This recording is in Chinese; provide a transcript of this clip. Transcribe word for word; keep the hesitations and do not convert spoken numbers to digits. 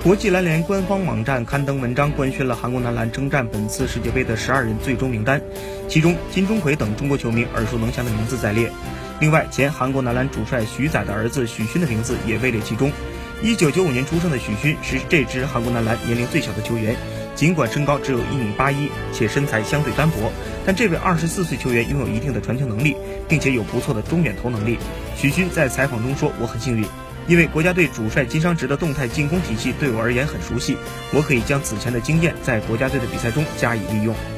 国际篮联官方网站刊登文章，官宣了韩国男篮征战本次世界杯的十二人最终名单，其中金钟奎等中国球迷耳熟能详的名字在列。另外，前韩国男篮主帅许宰的儿子许勋的名字也位列其中。一九九五年出生的许勋是这支韩国男篮年龄最小的球员，尽管身高只有一米八一，且身材相对单薄，但这位二十四岁球员拥有一定的传球能力，并且有不错的中远投能力。许勋在采访中说：“我很幸运，因为国家队主帅金商直的动态进攻体系对我而言很熟悉，我可以将此前的经验在国家队的比赛中加以利用。”